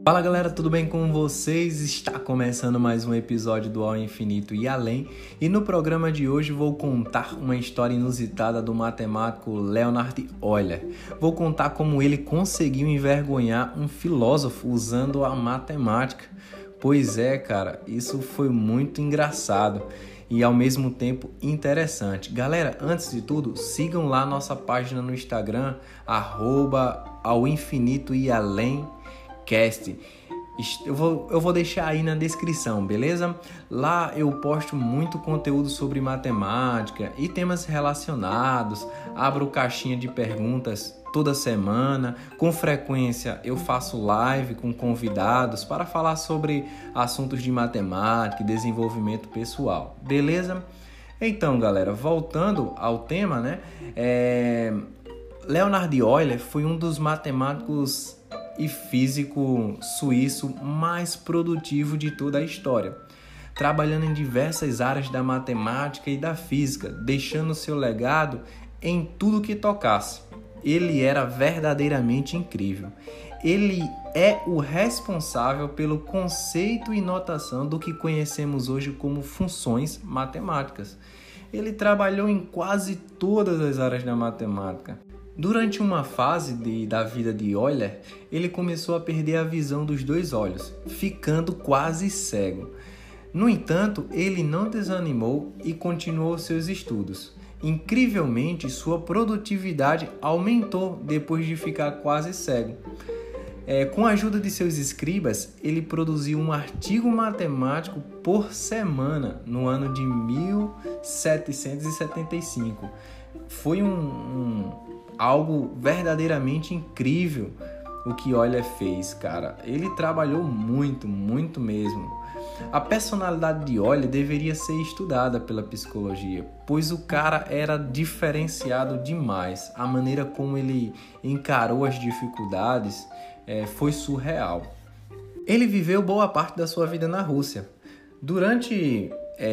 Fala galera, tudo bem com vocês? Está começando mais um episódio do Ao Infinito e Além, e no programa de hoje vou contar uma história inusitada do matemático Leonhard Euler. Vou contar como ele conseguiu envergonhar um filósofo usando a matemática. Pois é, cara, isso foi muito engraçado e ao mesmo tempo interessante. Galera, antes de tudo, sigam lá nossa página no Instagram, @aoinfinitoealém. Eu vou deixar aí na descrição, beleza? Lá eu posto muito conteúdo sobre matemática e temas relacionados. Abro caixinha de perguntas toda semana. Com frequência eu faço live com convidados para falar sobre assuntos de matemática e desenvolvimento pessoal, beleza? Então, galera, voltando ao tema, né? Leonhard Euler foi um dos matemáticos e físico suíço mais produtivo de toda a história, trabalhando em diversas áreas da matemática e da física, deixando seu legado em tudo que tocasse. Ele era verdadeiramente incrível. Ele é o responsável pelo conceito e notação do que conhecemos hoje como funções matemáticas. Ele trabalhou em quase todas as áreas da matemática. Durante uma fase da vida de Euler, ele começou a perder a visão dos dois olhos, ficando quase cego. No entanto, ele não desanimou e continuou seus estudos. Incrivelmente, sua produtividade aumentou depois de ficar quase cego. Com a ajuda de seus escribas, ele produziu um artigo matemático por semana no ano de 1775. Foi algo verdadeiramente incrível o que Euler fez, cara. Ele trabalhou muito, muito mesmo. A personalidade de Euler deveria ser estudada pela psicologia, pois o cara era diferenciado demais. A maneira como ele encarou as dificuldades foi surreal. Ele viveu boa parte da sua vida na Rússia. Durante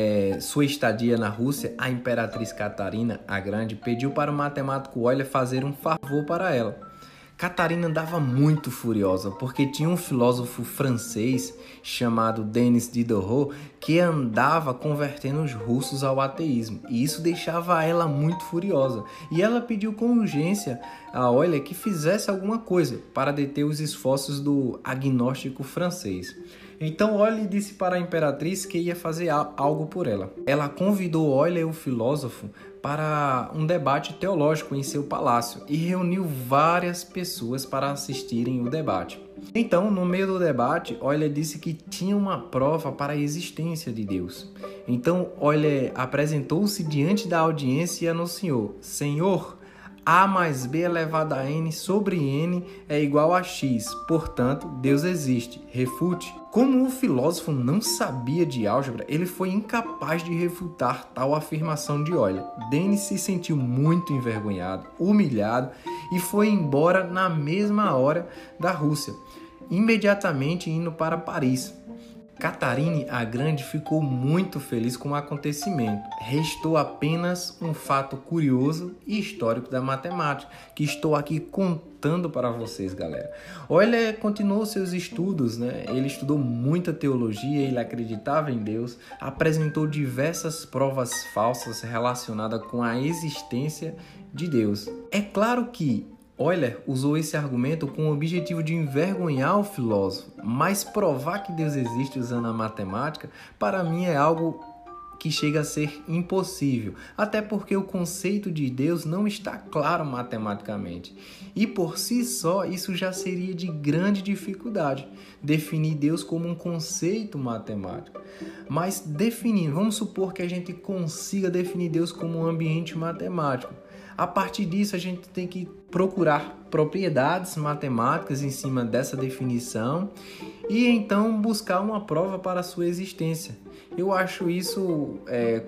sua estadia na Rússia, a imperatriz Catarina a Grande pediu para o matemático Euler fazer um favor para ela. Catarina andava muito furiosa porque tinha um filósofo francês chamado Denis Diderot que andava convertendo os russos ao ateísmo, e isso deixava ela muito furiosa. E ela pediu com urgência a Euler que fizesse alguma coisa para deter os esforços do agnóstico francês. Então Euler disse para a imperatriz que ia fazer algo por ela. Ela convidou Euler, o filósofo, para um debate teológico em seu palácio e reuniu várias pessoas para assistirem o debate. Então, no meio do debate, Euler disse que tinha uma prova para a existência de Deus. Então, Euler apresentou-se diante da audiência e anunciou: Senhor, A mais B elevado a N sobre N é igual a X, portanto, Deus existe. Refute. Como o filósofo não sabia de álgebra, ele foi incapaz de refutar tal afirmação de Euler. Denis se sentiu muito envergonhado, humilhado e foi embora na mesma hora da Rússia, imediatamente indo para Paris. Catarina a Grande ficou muito feliz com o acontecimento. Restou apenas um fato curioso e histórico da matemática, que estou aqui contando para vocês, galera. Euler continuou seus estudos, né? Ele estudou muita teologia, ele acreditava em Deus, apresentou diversas provas falsas relacionadas com a existência de Deus. É claro que Euler usou esse argumento com o objetivo de envergonhar o filósofo, mas provar que Deus existe usando a matemática, para mim é algo que chega a ser impossível, até porque o conceito de Deus não está claro matematicamente. E por si só, isso já seria de grande dificuldade, definir Deus como um conceito matemático. Mas vamos supor que a gente consiga definir Deus como um ambiente matemático. A partir disso, a gente tem que procurar propriedades matemáticas em cima dessa definição e então buscar uma prova para a sua existência. Eu acho isso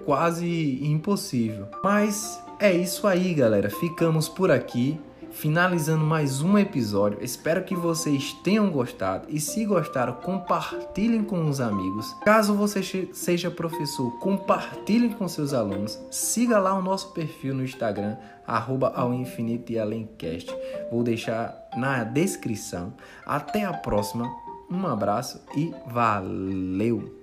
quase impossível. Mas é isso aí, galera. Ficamos por aqui, finalizando mais um episódio. Espero que vocês tenham gostado e, se gostaram, compartilhem com os amigos. Caso você seja professor, compartilhem com seus alunos. Siga lá o nosso perfil no Instagram, @aoinfinitoealemcast. Vou deixar na descrição. Até a próxima. Um abraço e valeu!